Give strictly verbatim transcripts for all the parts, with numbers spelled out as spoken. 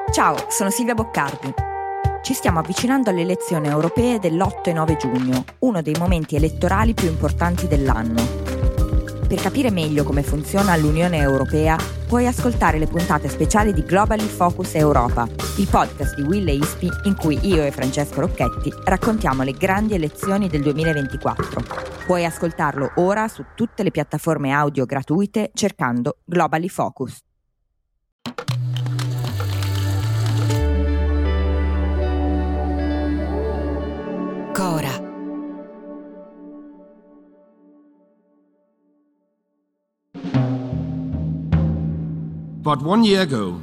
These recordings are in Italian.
Ciao, sono Silvia Boccardi. Ci stiamo avvicinando alle elezioni europee dell'otto e nove giugno, uno dei momenti elettorali più importanti dell'anno. Per capire meglio come funziona l'Unione Europea, puoi ascoltare le puntate speciali di Globally Focus Europa, il podcast di Will e Ispi in cui io e Francesco Rocchetti raccontiamo le grandi elezioni del duemilaventiquattro. Puoi ascoltarlo ora su tutte le piattaforme audio gratuite cercando Globally Focus. Cora. But one year ago,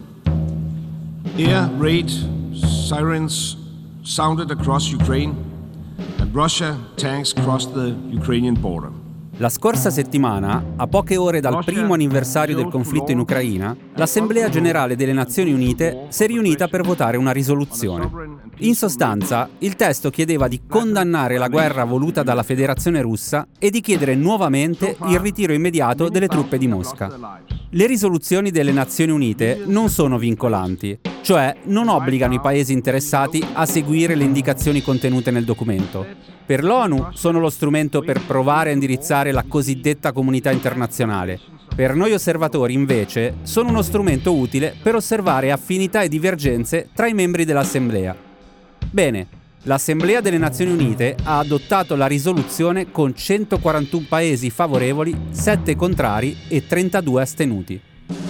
air raid sirens sounded across Ukraine and Russia tanks crossed the Ukrainian border. La scorsa settimana, a poche ore dal primo anniversario del conflitto in Ucraina, l'Assemblea Generale delle Nazioni Unite si è riunita per votare una risoluzione. In sostanza, il testo chiedeva di condannare la guerra voluta dalla Federazione Russa e di chiedere nuovamente il ritiro immediato delle truppe di Mosca. Le risoluzioni delle Nazioni Unite non sono vincolanti, cioè non obbligano i paesi interessati a seguire le indicazioni contenute nel documento. Per l'ONU sono lo strumento per provare a indirizzare la cosiddetta comunità internazionale. Per noi osservatori, invece, sono uno strumento utile per osservare affinità e divergenze tra i membri dell'Assemblea. Bene, l'Assemblea delle Nazioni Unite ha adottato la risoluzione con centoquarantuno paesi favorevoli, sette contrari e trentadue astenuti.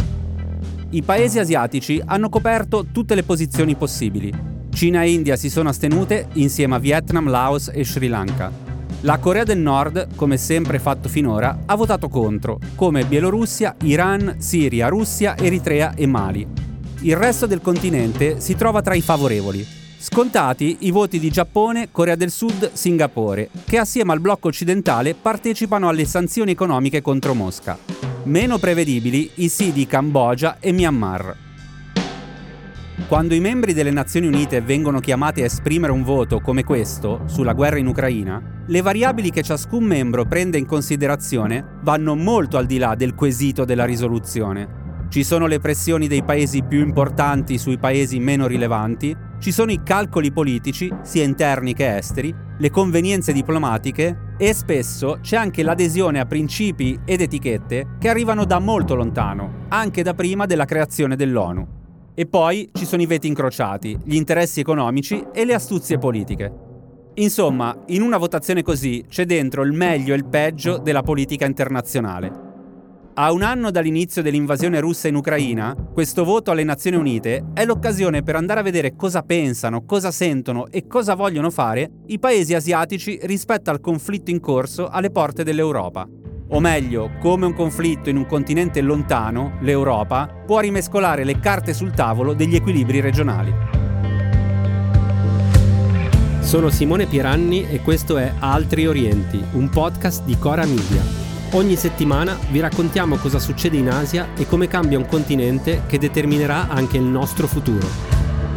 I paesi asiatici hanno coperto tutte le posizioni possibili. Cina e India si sono astenute insieme a Vietnam, Laos e Sri Lanka. La Corea del Nord, come sempre fatto finora, ha votato contro, come Bielorussia, Iran, Siria, Russia, Eritrea e Mali. Il resto del continente si trova tra i favorevoli. Scontati i voti di Giappone, Corea del Sud, Singapore, che assieme al blocco occidentale partecipano alle sanzioni economiche contro Mosca. Meno prevedibili i sì di Cambogia e Myanmar. Quando i membri delle Nazioni Unite vengono chiamati a esprimere un voto come questo sulla guerra in Ucraina, le variabili che ciascun membro prende in considerazione vanno molto al di là del quesito della risoluzione. Ci sono le pressioni dei paesi più importanti sui paesi meno rilevanti, ci sono i calcoli politici, sia interni che esteri, le convenienze diplomatiche e spesso c'è anche l'adesione a principi ed etichette che arrivano da molto lontano, anche da prima della creazione dell'ONU. E poi ci sono i veti incrociati, gli interessi economici e le astuzie politiche. Insomma, in una votazione così c'è dentro il meglio e il peggio della politica internazionale. A un anno dall'inizio dell'invasione russa in Ucraina, questo voto alle Nazioni Unite è l'occasione per andare a vedere cosa pensano, cosa sentono e cosa vogliono fare i paesi asiatici rispetto al conflitto in corso alle porte dell'Europa. O meglio, come un conflitto in un continente lontano, l'Europa, può rimescolare le carte sul tavolo degli equilibri regionali. Sono Simone Pieranni e questo è Altri Orienti, un podcast di Cora Media. Ogni settimana vi raccontiamo cosa succede in Asia e come cambia un continente che determinerà anche il nostro futuro.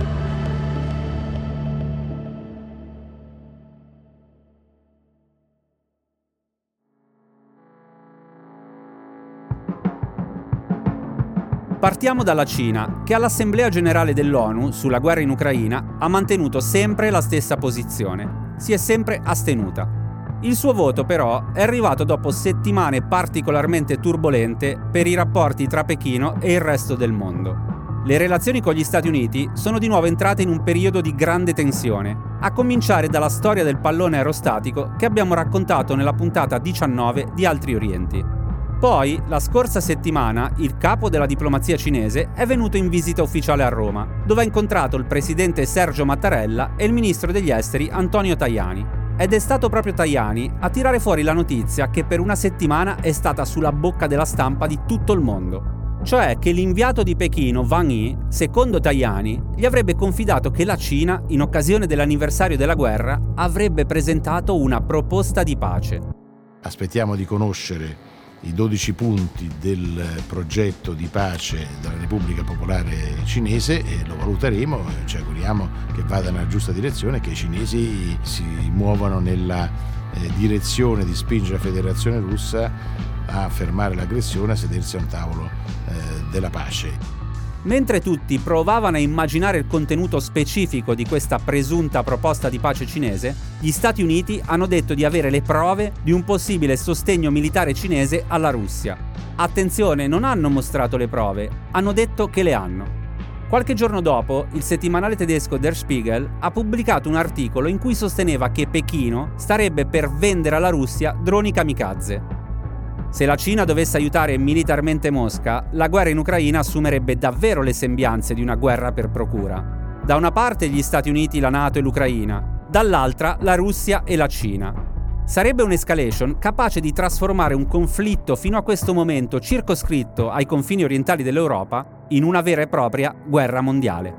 Partiamo dalla Cina, che all'Assemblea Generale dell'ONU sulla guerra in Ucraina ha mantenuto sempre la stessa posizione. Si è sempre astenuta. Il suo voto, però, è arrivato dopo settimane particolarmente turbolente per i rapporti tra Pechino e il resto del mondo. Le relazioni con gli Stati Uniti sono di nuovo entrate in un periodo di grande tensione, a cominciare dalla storia del pallone aerostatico che abbiamo raccontato nella puntata diciannove di Altri Orienti. Poi, la scorsa settimana, il capo della diplomazia cinese è venuto in visita ufficiale a Roma, dove ha incontrato il presidente Sergio Mattarella e il ministro degli esteri Antonio Tajani. Ed è stato proprio Tajani a tirare fuori la notizia che per una settimana è stata sulla bocca della stampa di tutto il mondo. Cioè che l'inviato di Pechino, Wang Yi, secondo Tajani, gli avrebbe confidato che la Cina, in occasione dell'anniversario della guerra, avrebbe presentato una proposta di pace. Aspettiamo di conoscere i dodici punti del progetto di pace della Repubblica Popolare Cinese e lo valuteremo e ci auguriamo che vada nella giusta direzione e che i cinesi si muovano nella eh, direzione di spingere la Federazione Russa a fermare l'aggressione, a sedersi a un tavolo eh, della pace. Mentre tutti provavano a immaginare il contenuto specifico di questa presunta proposta di pace cinese, gli Stati Uniti hanno detto di avere le prove di un possibile sostegno militare cinese alla Russia. Attenzione, non hanno mostrato le prove, hanno detto che le hanno. Qualche giorno dopo, il settimanale tedesco Der Spiegel ha pubblicato un articolo in cui sosteneva che Pechino starebbe per vendere alla Russia droni kamikaze. Se la Cina dovesse aiutare militarmente Mosca, la guerra in Ucraina assumerebbe davvero le sembianze di una guerra per procura. Da una parte gli Stati Uniti, la NATO e l'Ucraina, dall'altra la Russia e la Cina. Sarebbe un'escalation capace di trasformare un conflitto fino a questo momento circoscritto ai confini orientali dell'Europa in una vera e propria guerra mondiale.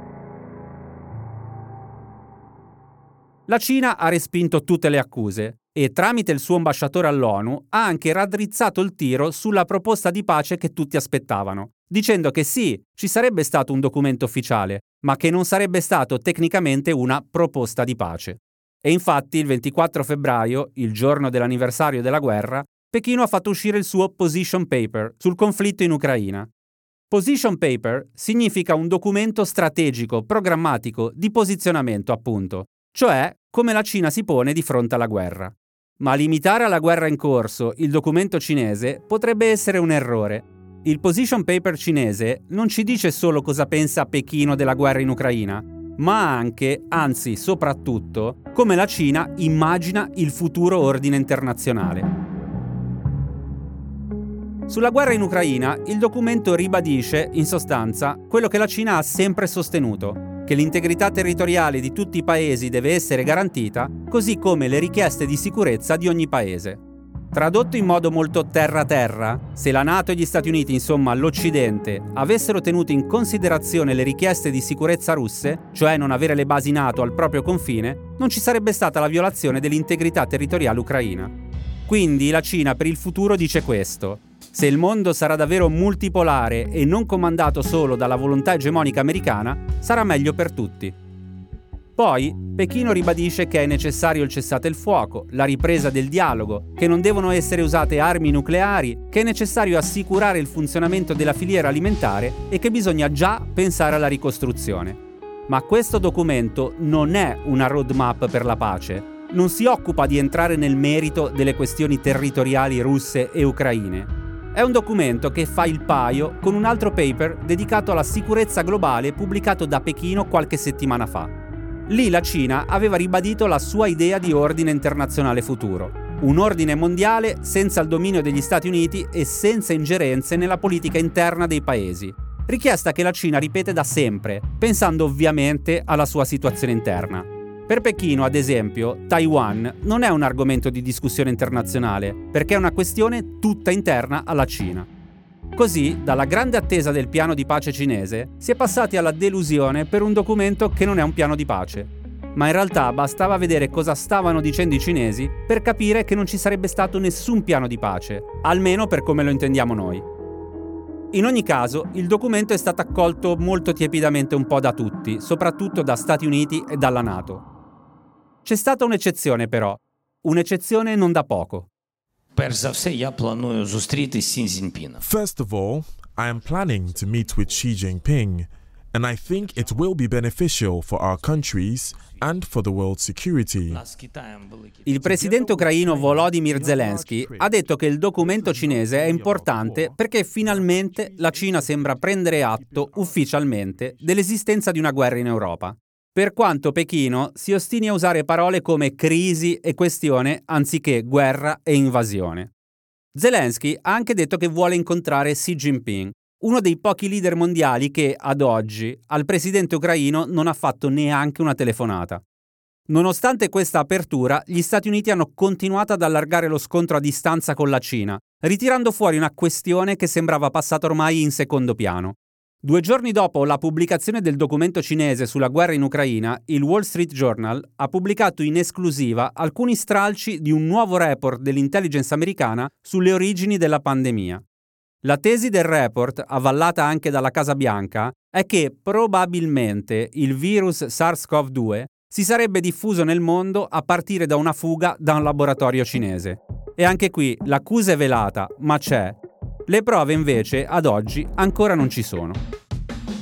La Cina ha respinto tutte le accuse e tramite il suo ambasciatore all'ONU ha anche raddrizzato il tiro sulla proposta di pace che tutti aspettavano, dicendo che sì, ci sarebbe stato un documento ufficiale, ma che non sarebbe stato tecnicamente una proposta di pace. E infatti il ventiquattro febbraio, il giorno dell'anniversario della guerra, Pechino ha fatto uscire il suo Position Paper sul conflitto in Ucraina. Position Paper significa un documento strategico, programmatico, di posizionamento, appunto, cioè come la Cina si pone di fronte alla guerra. Ma limitare alla guerra in corso il documento cinese potrebbe essere un errore. Il Position Paper cinese non ci dice solo cosa pensa Pechino della guerra in Ucraina, ma anche, anzi soprattutto, come la Cina immagina il futuro ordine internazionale. Sulla guerra in Ucraina, il documento ribadisce, in sostanza, quello che la Cina ha sempre sostenuto, che l'integrità territoriale di tutti i paesi deve essere garantita, così come le richieste di sicurezza di ogni paese. Tradotto in modo molto terra-terra, se la NATO e gli Stati Uniti, insomma l'Occidente, avessero tenuto in considerazione le richieste di sicurezza russe, cioè non avere le basi NATO al proprio confine, non ci sarebbe stata la violazione dell'integrità territoriale ucraina. Quindi la Cina per il futuro dice questo: se il mondo sarà davvero multipolare e non comandato solo dalla volontà egemonica americana, sarà meglio per tutti. Poi, Pechino ribadisce che è necessario il cessate il fuoco, la ripresa del dialogo, che non devono essere usate armi nucleari, che è necessario assicurare il funzionamento della filiera alimentare e che bisogna già pensare alla ricostruzione. Ma questo documento non è una roadmap per la pace, non si occupa di entrare nel merito delle questioni territoriali russe e ucraine. È un documento che fa il paio con un altro paper dedicato alla sicurezza globale pubblicato da Pechino qualche settimana fa. Lì la Cina aveva ribadito la sua idea di ordine internazionale futuro, un ordine mondiale senza il dominio degli Stati Uniti e senza ingerenze nella politica interna dei paesi, richiesta che la Cina ripete da sempre, pensando ovviamente alla sua situazione interna. Per Pechino, ad esempio, Taiwan non è un argomento di discussione internazionale, perché è una questione tutta interna alla Cina. Così, dalla grande attesa del piano di pace cinese, si è passati alla delusione per un documento che non è un piano di pace. Ma in realtà bastava vedere cosa stavano dicendo i cinesi per capire che non ci sarebbe stato nessun piano di pace, almeno per come lo intendiamo noi. In ogni caso, il documento è stato accolto molto tiepidamente un po' da tutti, soprattutto da Stati Uniti e dalla NATO. C'è stata un'eccezione però, un'eccezione non da poco. First of all, I am planning to meet with Xi Jinping, and I think it will be beneficial for our countries and for the world's security. Il presidente ucraino Volodymyr Zelensky ha detto che il documento cinese è importante perché finalmente la Cina sembra prendere atto ufficialmente dell'esistenza di una guerra in Europa. Per quanto Pechino si ostini a usare parole come crisi e questione anziché guerra e invasione. Zelensky ha anche detto che vuole incontrare Xi Jinping, uno dei pochi leader mondiali che, ad oggi, al presidente ucraino non ha fatto neanche una telefonata. Nonostante questa apertura, gli Stati Uniti hanno continuato ad allargare lo scontro a distanza con la Cina, ritirando fuori una questione che sembrava passata ormai in secondo piano. Due giorni dopo la pubblicazione del documento cinese sulla guerra in Ucraina, il Wall Street Journal ha pubblicato in esclusiva alcuni stralci di un nuovo report dell'intelligence americana sulle origini della pandemia. La tesi del report, avvallata anche dalla Casa Bianca, è che probabilmente il virus SARS-CoV due si sarebbe diffuso nel mondo a partire da una fuga da un laboratorio cinese. E anche qui l'accusa è velata, ma c'è. Le prove invece, ad oggi, ancora non ci sono.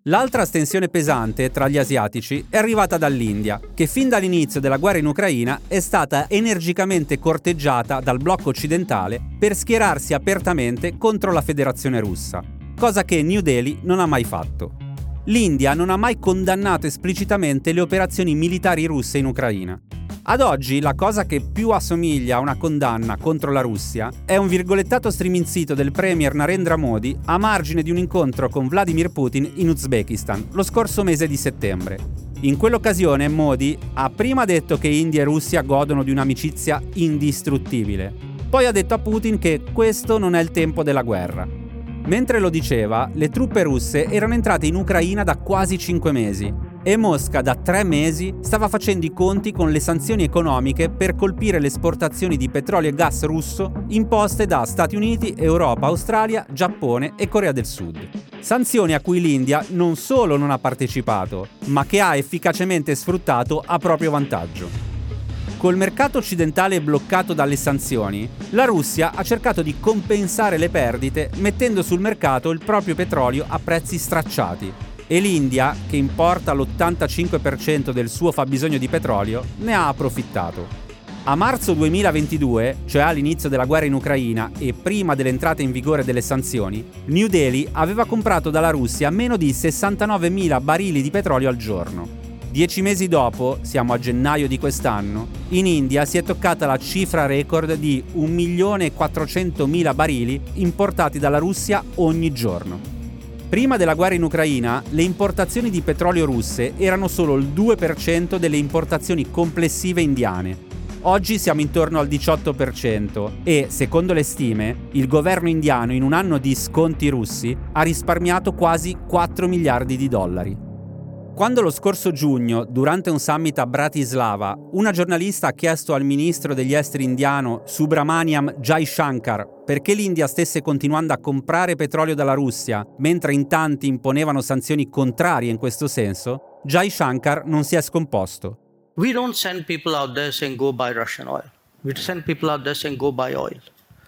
L'altra stensione pesante tra gli asiatici è arrivata dall'India, che fin dall'inizio della guerra in Ucraina è stata energicamente corteggiata dal blocco occidentale per schierarsi apertamente contro la Federazione Russa, cosa che New Delhi non ha mai fatto. L'India non ha mai condannato esplicitamente le operazioni militari russe in Ucraina. Ad oggi la cosa che più assomiglia a una condanna contro la Russia è un virgolettato striminzito del premier Narendra Modi a margine di un incontro con Vladimir Putin in Uzbekistan lo scorso mese di settembre. In quell'occasione Modi ha prima detto che India e Russia godono di un'amicizia indistruttibile. Poi ha detto a Putin che questo non è il tempo della guerra. Mentre lo diceva, le truppe russe erano entrate in Ucraina da quasi cinque mesi e Mosca da tre mesi stava facendo i conti con le sanzioni economiche per colpire le esportazioni di petrolio e gas russo imposte da Stati Uniti, Europa, Australia, Giappone e Corea del Sud. Sanzioni a cui l'India non solo non ha partecipato, ma che ha efficacemente sfruttato a proprio vantaggio. Col mercato occidentale bloccato dalle sanzioni, la Russia ha cercato di compensare le perdite mettendo sul mercato il proprio petrolio a prezzi stracciati e l'India, che importa l'ottantacinque per cento del suo fabbisogno di petrolio, ne ha approfittato. A marzo duemilaventidue, cioè all'inizio della guerra in Ucraina e prima dell'entrata in vigore delle sanzioni, New Delhi aveva comprato dalla Russia meno di sessantanovemila barili di petrolio al giorno. Dieci mesi dopo, siamo a gennaio di quest'anno, in India si è toccata la cifra record di un milione e quattrocentomila barili importati dalla Russia ogni giorno. Prima della guerra in Ucraina, le importazioni di petrolio russe erano solo il due per cento delle importazioni complessive indiane. Oggi siamo intorno al diciotto per cento e, secondo le stime, il governo indiano in un anno di sconti russi ha risparmiato quasi quattro miliardi di dollari. Quando lo scorso giugno, durante un summit a Bratislava, una giornalista ha chiesto al ministro degli esteri indiano Subramaniam Jaishankar perché l'India stesse continuando a comprare petrolio dalla Russia, mentre in tanti imponevano sanzioni contrarie in questo senso, Jaishankar non si è scomposto. We don't send people out there saying go buy Russian oil. We send people out there saying go buy oil.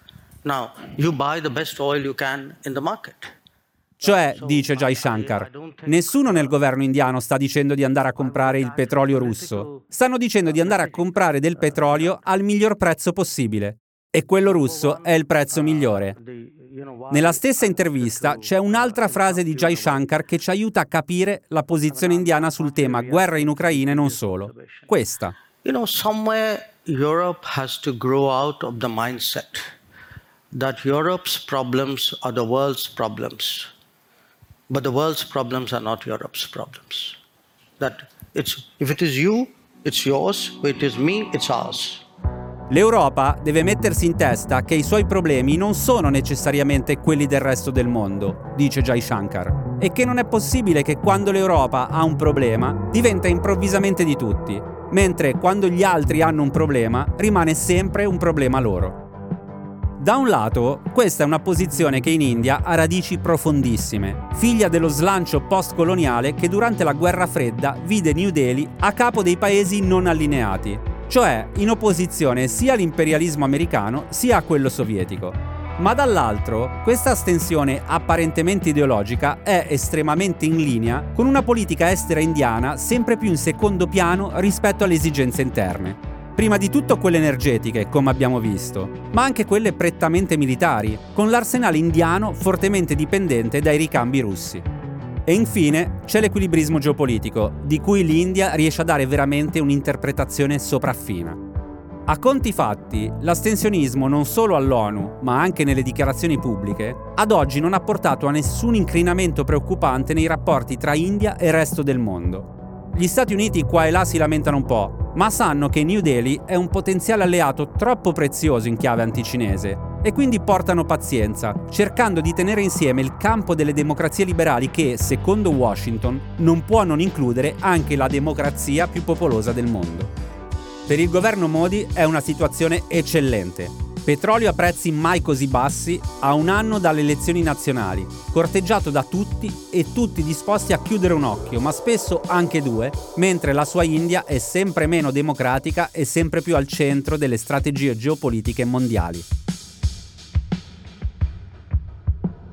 Now, you buy the best oil you can in the market. Cioè, dice Jaishankar, nessuno nel governo indiano sta dicendo di andare a comprare il petrolio russo. Stanno dicendo di andare a comprare del petrolio al miglior prezzo possibile. E quello russo è il prezzo migliore. Nella stessa intervista c'è un'altra frase di Jaishankar che ci aiuta a capire la posizione indiana sul tema guerra in Ucraina e non solo. Questa. You know, somewhere Europe has to grow out of the mindset that Europe's problems are the world's problems. But the world's problems are not Europe's problems. That it's, if it is you, it's yours. If it is me, it's ours. L'Europa deve mettersi in testa che i suoi problemi non sono necessariamente quelli del resto del mondo, dice Jaishankar, e che non è possibile che quando l'Europa ha un problema diventa improvvisamente di tutti, mentre quando gli altri hanno un problema rimane sempre un problema loro. Da un lato, questa è una posizione che in India ha radici profondissime, figlia dello slancio post-coloniale che durante la Guerra Fredda vide New Delhi a capo dei paesi non allineati, cioè in opposizione sia all'imperialismo americano sia a quello sovietico. Ma dall'altro, questa astensione apparentemente ideologica è estremamente in linea con una politica estera indiana sempre più in secondo piano rispetto alle esigenze interne. Prima di tutto quelle energetiche, come abbiamo visto, ma anche quelle prettamente militari, con l'arsenale indiano fortemente dipendente dai ricambi russi. E infine c'è l'equilibrismo geopolitico, di cui l'India riesce a dare veramente un'interpretazione sopraffina. A conti fatti, l'astensionismo non solo all'ONU, ma anche nelle dichiarazioni pubbliche, ad oggi non ha portato a nessun incrinamento preoccupante nei rapporti tra India e il resto del mondo. Gli Stati Uniti qua e là si lamentano un po', ma sanno che New Delhi è un potenziale alleato troppo prezioso in chiave anticinese e quindi portano pazienza, cercando di tenere insieme il campo delle democrazie liberali che, secondo Washington, non può non includere anche la democrazia più popolosa del mondo. Per il governo Modi è una situazione eccellente. Petrolio a prezzi mai così bassi a un anno dalle elezioni nazionali, corteggiato da tutti e tutti disposti a chiudere un occhio, ma spesso anche due, mentre la sua India è sempre meno democratica e sempre più al centro delle strategie geopolitiche mondiali.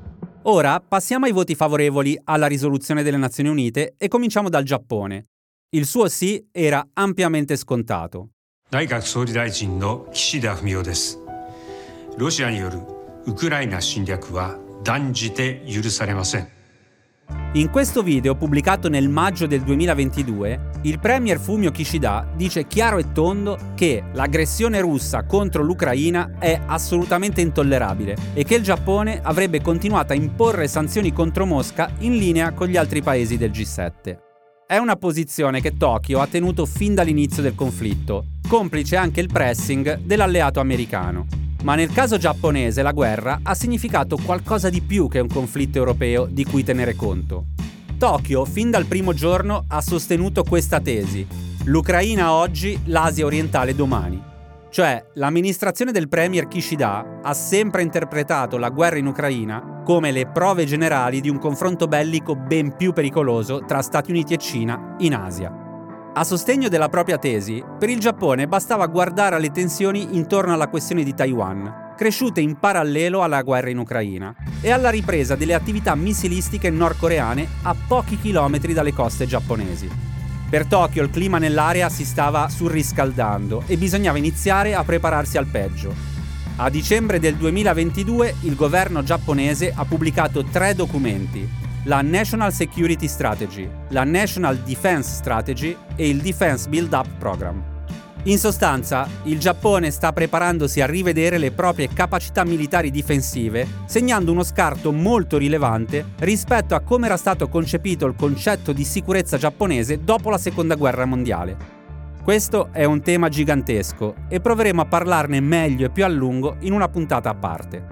Ora passiamo ai voti favorevoli alla risoluzione delle Nazioni Unite e cominciamo dal Giappone. Il suo sì era ampiamente scontato. 内閣総理大臣の岸田文雄です。ロシアによるウクライナ侵略は断じて許されません。 In questo video pubblicato nel maggio del duemilaventidue, il premier Fumio Kishida dice chiaro e tondo che l'aggressione russa contro l'Ucraina è assolutamente intollerabile e che il Giappone avrebbe continuato a imporre sanzioni contro Mosca in linea con gli altri paesi del G sette. È una posizione che Tokyo ha tenuto fin dall'inizio del conflitto, complice anche il pressing dell'alleato americano. Ma nel caso giapponese la guerra ha significato qualcosa di più che un conflitto europeo di cui tenere conto. Tokyo, fin dal primo giorno, ha sostenuto questa tesi: l'Ucraina oggi, l'Asia orientale domani. Cioè, l'amministrazione del premier Kishida ha sempre interpretato la guerra in Ucraina come le prove generali di un confronto bellico ben più pericoloso tra Stati Uniti e Cina in Asia. A sostegno della propria tesi, per il Giappone bastava guardare alle tensioni intorno alla questione di Taiwan, cresciute in parallelo alla guerra in Ucraina, e alla ripresa delle attività missilistiche nordcoreane a pochi chilometri dalle coste giapponesi. Per Tokyo il clima nell'area si stava surriscaldando e bisognava iniziare a prepararsi al peggio. A dicembre del duemilaventidue il governo giapponese ha pubblicato tre documenti: la National Security Strategy, la National Defense Strategy e il Defense Build-Up Program. In sostanza, il Giappone sta preparandosi a rivedere le proprie capacità militari difensive, segnando uno scarto molto rilevante rispetto a come era stato concepito il concetto di sicurezza giapponese dopo la Seconda Guerra Mondiale. Questo è un tema gigantesco e proveremo a parlarne meglio e più a lungo in una puntata a parte.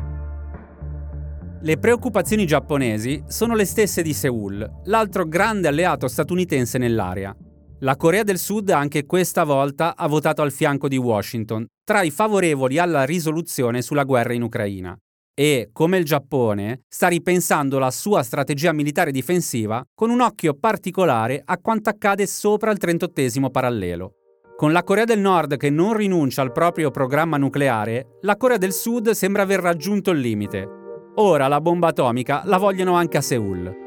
Le preoccupazioni giapponesi sono le stesse di Seoul, l'altro grande alleato statunitense nell'area. La Corea del Sud anche questa volta ha votato al fianco di Washington, tra i favorevoli alla risoluzione sulla guerra in Ucraina. E, come il Giappone, sta ripensando la sua strategia militare difensiva con un occhio particolare a quanto accade sopra il trentottesimo parallelo. Con la Corea del Nord che non rinuncia al proprio programma nucleare, la Corea del Sud sembra aver raggiunto il limite. Ora la bomba atomica la vogliono anche a Seoul.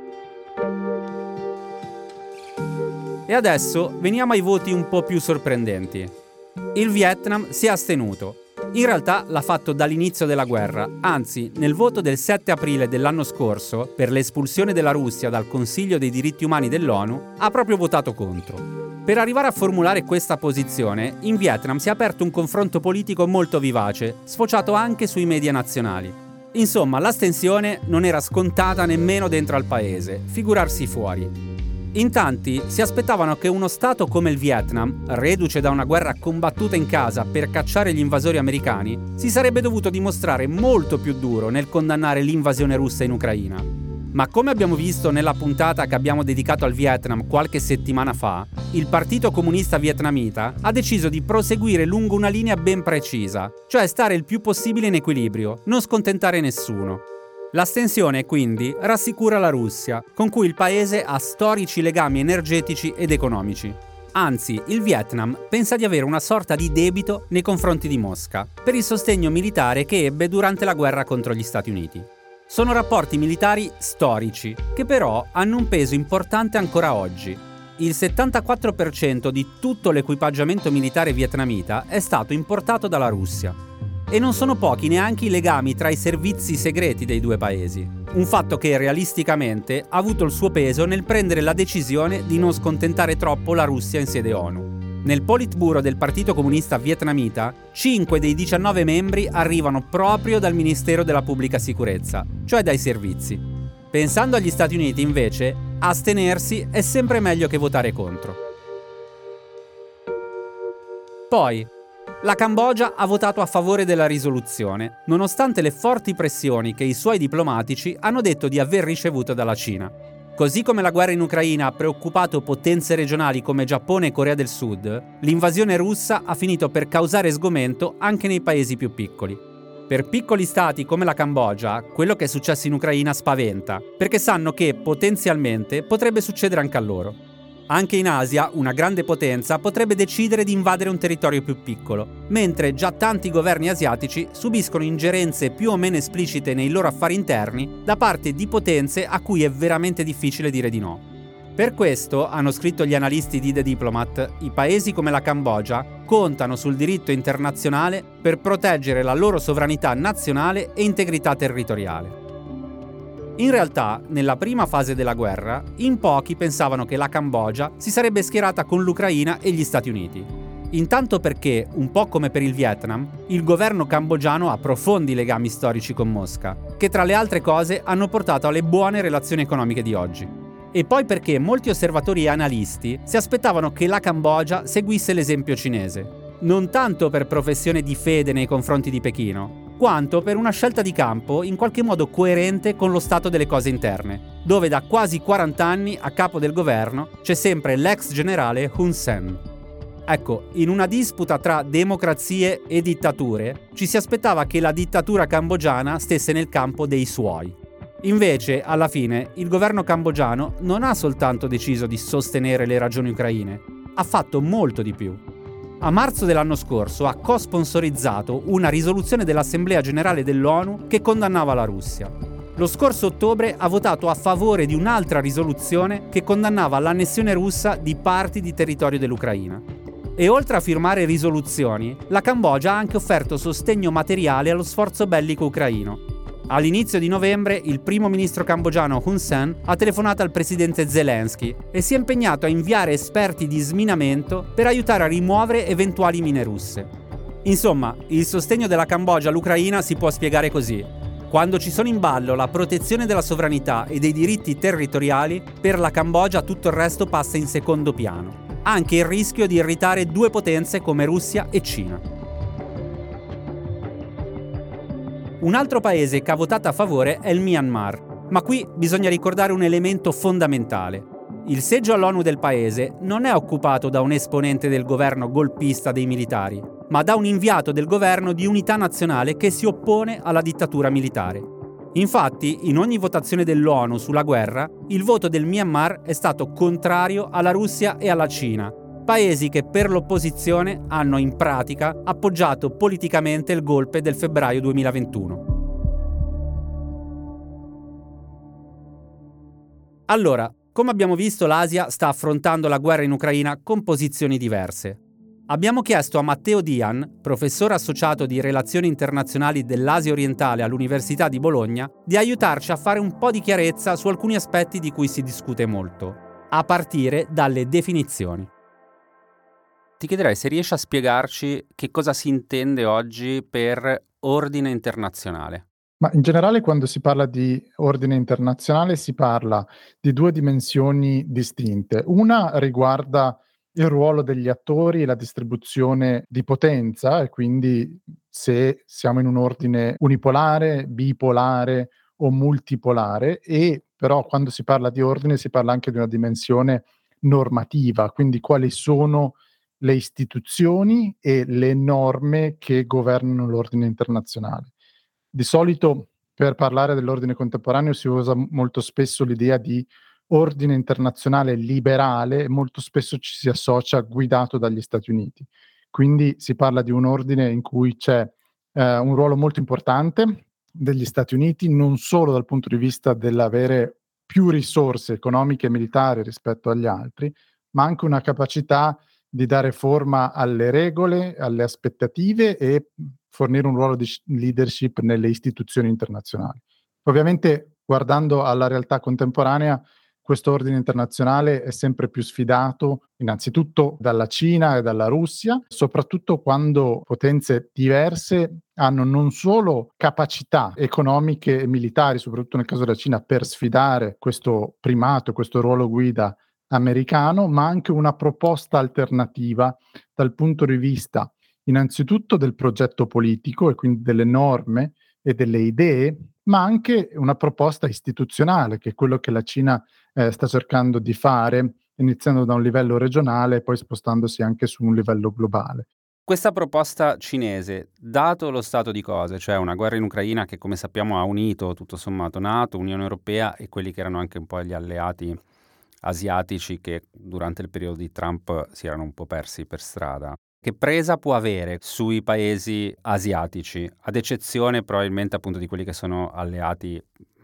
E adesso veniamo ai voti un po' più sorprendenti. Il Vietnam si è astenuto. In realtà l'ha fatto dall'inizio della guerra, anzi, nel voto del sette aprile dell'anno scorso, per l'espulsione della Russia dal Consiglio dei diritti umani dell'ONU, ha proprio votato contro. Per arrivare a formulare questa posizione, in Vietnam si è aperto un confronto politico molto vivace, sfociato anche sui media nazionali. Insomma, l'astensione non era scontata nemmeno dentro al paese, figurarsi fuori. In tanti si aspettavano che uno stato come il Vietnam, reduce da una guerra combattuta in casa per cacciare gli invasori americani, si sarebbe dovuto dimostrare molto più duro nel condannare l'invasione russa in Ucraina. Ma come abbiamo visto nella puntata che abbiamo dedicato al Vietnam qualche settimana fa, il Partito Comunista Vietnamita ha deciso di proseguire lungo una linea ben precisa, cioè stare il più possibile in equilibrio, non scontentare nessuno. L'astensione, quindi, rassicura la Russia, con cui il paese ha storici legami energetici ed economici. Anzi, il Vietnam pensa di avere una sorta di debito nei confronti di Mosca, per il sostegno militare che ebbe durante la guerra contro gli Stati Uniti. Sono rapporti militari storici, che però hanno un peso importante ancora oggi. Il settantaquattro per cento di tutto l'equipaggiamento militare vietnamita è stato importato dalla Russia. E non sono pochi neanche i legami tra i servizi segreti dei due paesi. Un fatto che realisticamente ha avuto il suo peso nel prendere la decisione di non scontentare troppo la Russia in sede ONU. Nel Politburo del Partito Comunista Vietnamita, cinque dei diciannove membri arrivano proprio dal Ministero della Pubblica Sicurezza, cioè dai servizi. Pensando agli Stati Uniti, invece, astenersi è sempre meglio che votare contro. Poi, la Cambogia ha votato a favore della risoluzione, nonostante le forti pressioni che i suoi diplomatici hanno detto di aver ricevuto dalla Cina. Così come la guerra in Ucraina ha preoccupato potenze regionali come Giappone e Corea del Sud, l'invasione russa ha finito per causare sgomento anche nei paesi più piccoli. Per piccoli stati come la Cambogia, quello che è successo in Ucraina spaventa, perché sanno che potenzialmente potrebbe succedere anche a loro. Anche in Asia, una grande potenza potrebbe decidere di invadere un territorio più piccolo, mentre già tanti governi asiatici subiscono ingerenze più o meno esplicite nei loro affari interni da parte di potenze a cui è veramente difficile dire di no. Per questo, hanno scritto gli analisti di The Diplomat, i paesi come la Cambogia contano sul diritto internazionale per proteggere la loro sovranità nazionale e integrità territoriale. In realtà, nella prima fase della guerra, in pochi pensavano che la Cambogia si sarebbe schierata con l'Ucraina e gli Stati Uniti. Intanto perché, un po' come per il Vietnam, il governo cambogiano ha profondi legami storici con Mosca, che tra le altre cose hanno portato alle buone relazioni economiche di oggi. E poi perché molti osservatori e analisti si aspettavano che la Cambogia seguisse l'esempio cinese, non tanto per professione di fede nei confronti di Pechino, quanto per una scelta di campo in qualche modo coerente con lo stato delle cose interne, dove da quasi quaranta anni a capo del governo c'è sempre l'ex generale Hun Sen. Ecco, in una disputa tra democrazie e dittature, ci si aspettava che la dittatura cambogiana stesse nel campo dei suoi. Invece, alla fine, il governo cambogiano non ha soltanto deciso di sostenere le ragioni ucraine, ha fatto molto di più. A marzo dell'anno scorso ha co-sponsorizzato una risoluzione dell'Assemblea Generale dell'ONU che condannava la Russia. Lo scorso ottobre ha votato a favore di un'altra risoluzione che condannava l'annessione russa di parti di territorio dell'Ucraina. E oltre a firmare risoluzioni, la Cambogia ha anche offerto sostegno materiale allo sforzo bellico ucraino. All'inizio di novembre il primo ministro cambogiano Hun Sen ha telefonato al presidente Zelensky e si è impegnato a inviare esperti di sminamento per aiutare a rimuovere eventuali mine russe. Insomma, il sostegno della Cambogia all'Ucraina si può spiegare così. Quando ci sono in ballo la protezione della sovranità e dei diritti territoriali, per la Cambogia tutto il resto passa in secondo piano. Anche il rischio di irritare due potenze come Russia e Cina. Un altro paese che ha votato a favore è il Myanmar, ma qui bisogna ricordare un elemento fondamentale. Il seggio all'ONU del paese non è occupato da un esponente del governo golpista dei militari, ma da un inviato del governo di unità nazionale che si oppone alla dittatura militare. Infatti, in ogni votazione dell'ONU sulla guerra, il voto del Myanmar è stato contrario alla Russia e alla Cina, paesi che per l'opposizione hanno in pratica appoggiato politicamente il golpe del febbraio duemilaventuno. Allora, come abbiamo visto, l'Asia sta affrontando la guerra in Ucraina con posizioni diverse. Abbiamo chiesto a Matteo Dian, professore associato di Relazioni Internazionali dell'Asia Orientale all'Università di Bologna, di aiutarci a fare un po' di chiarezza su alcuni aspetti di cui si discute molto, a partire dalle definizioni. Ti chiederei se riesci a spiegarci che cosa si intende oggi per ordine internazionale. Ma in generale quando si parla di ordine internazionale si parla di due dimensioni distinte. Una riguarda il ruolo degli attori e la distribuzione di potenza, e quindi se siamo in un ordine unipolare, bipolare o multipolare, e però quando si parla di ordine si parla anche di una dimensione normativa, quindi quali sono le istituzioni e le norme che governano l'ordine internazionale. Di solito per parlare dell'ordine contemporaneo si usa molto spesso l'idea di ordine internazionale liberale e molto spesso ci si associa guidato dagli Stati Uniti. Quindi si parla di un ordine in cui c'è eh, un ruolo molto importante degli Stati Uniti, non solo dal punto di vista dell'avere più risorse economiche e militari rispetto agli altri, ma anche una capacità di dare forma alle regole, alle aspettative e fornire un ruolo di leadership nelle istituzioni internazionali. Ovviamente, guardando alla realtà contemporanea, questo ordine internazionale è sempre più sfidato, innanzitutto dalla Cina e dalla Russia, soprattutto quando potenze diverse hanno non solo capacità economiche e militari, soprattutto nel caso della Cina, per sfidare questo primato, questo ruolo guida americano, ma anche una proposta alternativa dal punto di vista innanzitutto del progetto politico e quindi delle norme e delle idee, ma anche una proposta istituzionale, che è quello che la Cina eh, sta cercando di fare, iniziando da un livello regionale e poi spostandosi anche su un livello globale. Questa proposta cinese, dato lo stato di cose, cioè una guerra in Ucraina che come sappiamo ha unito tutto sommato NATO, Unione Europea e quelli che erano anche un po' gli alleati asiatici che durante il periodo di Trump si erano un po' persi per strada. Che presa può avere sui paesi asiatici, ad eccezione probabilmente appunto di quelli che sono alleati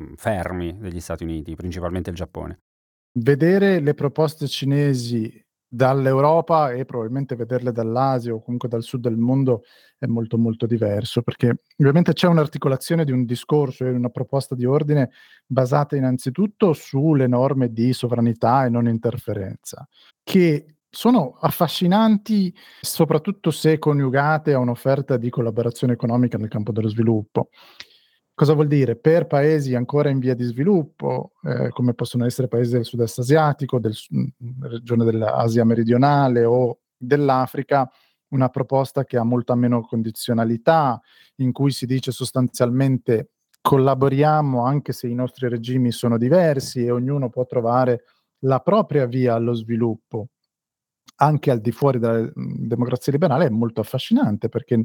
fermi degli Stati Uniti, principalmente il Giappone? Vedere le proposte cinesi dall'Europa e probabilmente vederle dall'Asia o comunque dal sud del mondo è molto molto diverso, perché ovviamente c'è un'articolazione di un discorso e una proposta di ordine basata innanzitutto sulle norme di sovranità e non interferenza, che sono affascinanti soprattutto se coniugate a un'offerta di collaborazione economica nel campo dello sviluppo. Cosa vuol dire? Per paesi ancora in via di sviluppo, eh, come possono essere paesi del sud-est asiatico, del, della regione dell'Asia meridionale o dell'Africa, una proposta che ha molta meno condizionalità, in cui si dice sostanzialmente collaboriamo anche se i nostri regimi sono diversi e ognuno può trovare la propria via allo sviluppo, anche al di fuori della democrazia liberale, è molto affascinante, perché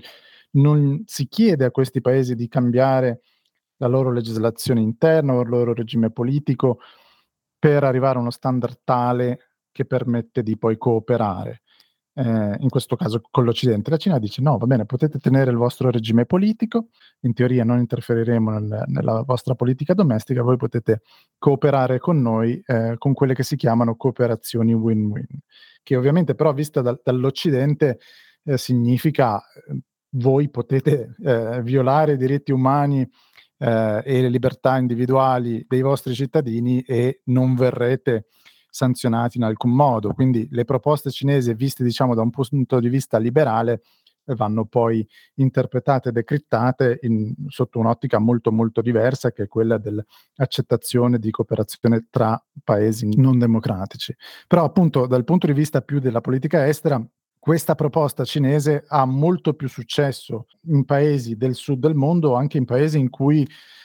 non si chiede a questi paesi di cambiare la loro legislazione interna o il loro regime politico per arrivare a uno standard tale che permette di poi cooperare, eh, in questo caso con l'Occidente. La Cina dice no, va bene, potete tenere il vostro regime politico, in teoria non interferiremo nel, nella vostra politica domestica, voi potete cooperare con noi eh, con quelle che si chiamano cooperazioni win-win, che ovviamente però vista da, dall'Occidente eh, significa eh, voi potete eh, violare i diritti umani Eh, e le libertà individuali dei vostri cittadini e non verrete sanzionati in alcun modo. Quindi le proposte cinesi, viste diciamo da un punto di vista liberale, eh, vanno poi interpretate e decrittate in, sotto un'ottica molto molto diversa, che è quella dell'accettazione di cooperazione tra paesi non democratici. Però appunto dal punto di vista più della politica estera, questa proposta cinese ha molto più successo in paesi del sud del mondo, anche in paesi in cui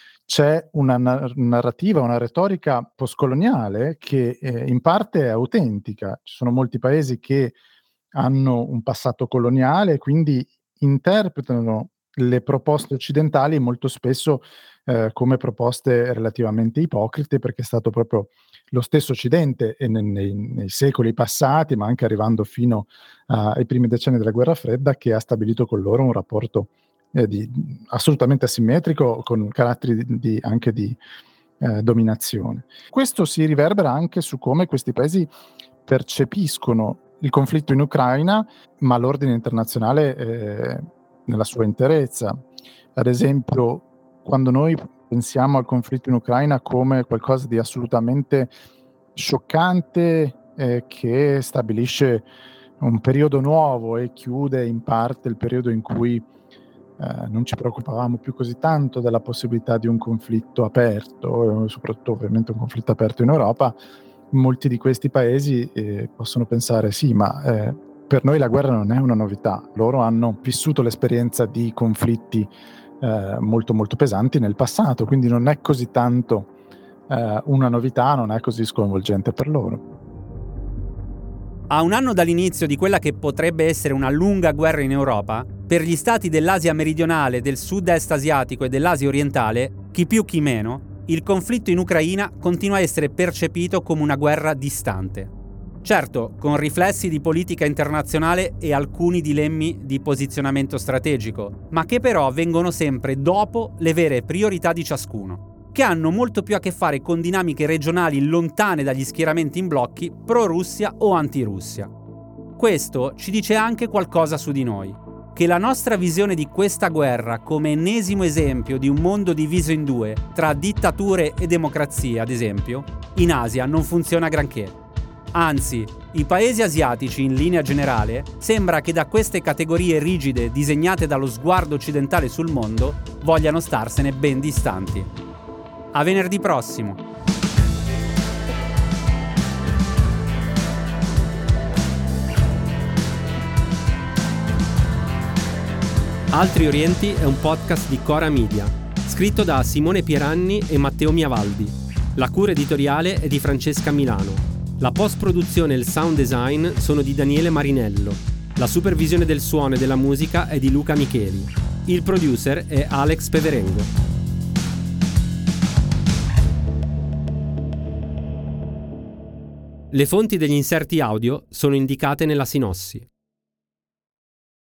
c'è una narrativa, una retorica postcoloniale che eh, in parte è autentica. Ci sono molti paesi che hanno un passato coloniale e quindi interpretano le proposte occidentali molto spesso eh, come proposte relativamente ipocrite, perché è stato proprio lo stesso Occidente e nei, nei, nei secoli passati, ma anche arrivando fino uh, ai primi decenni della Guerra Fredda, che ha stabilito con loro un rapporto eh, di, assolutamente asimmetrico, con caratteri di, di, anche di eh, dominazione. Questo si riverbera anche su come questi paesi percepiscono il conflitto in Ucraina, ma l'ordine internazionale eh, nella sua interezza. Ad esempio, quando noi pensiamo al conflitto in Ucraina come qualcosa di assolutamente scioccante eh, che stabilisce un periodo nuovo e chiude in parte il periodo in cui eh, non ci preoccupavamo più così tanto della possibilità di un conflitto aperto, soprattutto ovviamente un conflitto aperto in Europa, molti di questi paesi eh, possono pensare sì, ma eh, per noi la guerra non è una novità, loro hanno vissuto l'esperienza di conflitti Eh, molto molto pesanti nel passato, quindi non è così tanto eh, una novità, non è così sconvolgente per loro. A un anno dall'inizio di quella che potrebbe essere una lunga guerra in Europa, per gli stati dell'Asia meridionale, del sud-est asiatico e dell'Asia orientale, chi più chi meno, il conflitto in Ucraina continua a essere percepito come una guerra distante. Certo, con riflessi di politica internazionale e alcuni dilemmi di posizionamento strategico, ma che però vengono sempre dopo le vere priorità di ciascuno, che hanno molto più a che fare con dinamiche regionali lontane dagli schieramenti in blocchi pro-Russia o anti-Russia. Questo ci dice anche qualcosa su di noi, che la nostra visione di questa guerra come ennesimo esempio di un mondo diviso in due, tra dittature e democrazie, ad esempio, in Asia non funziona granché. Anzi, i paesi asiatici in linea generale sembra che da queste categorie rigide disegnate dallo sguardo occidentale sul mondo vogliano starsene ben distanti. A venerdì prossimo! Altri Orienti è un podcast di Cora Media, scritto da Simone Pieranni e Matteo Miavaldi. La cura editoriale è di Francesca Milano. La post-produzione e il sound design sono di Daniele Marinello. La supervisione del suono e della musica è di Luca Micheli. Il producer è Alex Peverengo. Le fonti degli inserti audio sono indicate nella sinossi.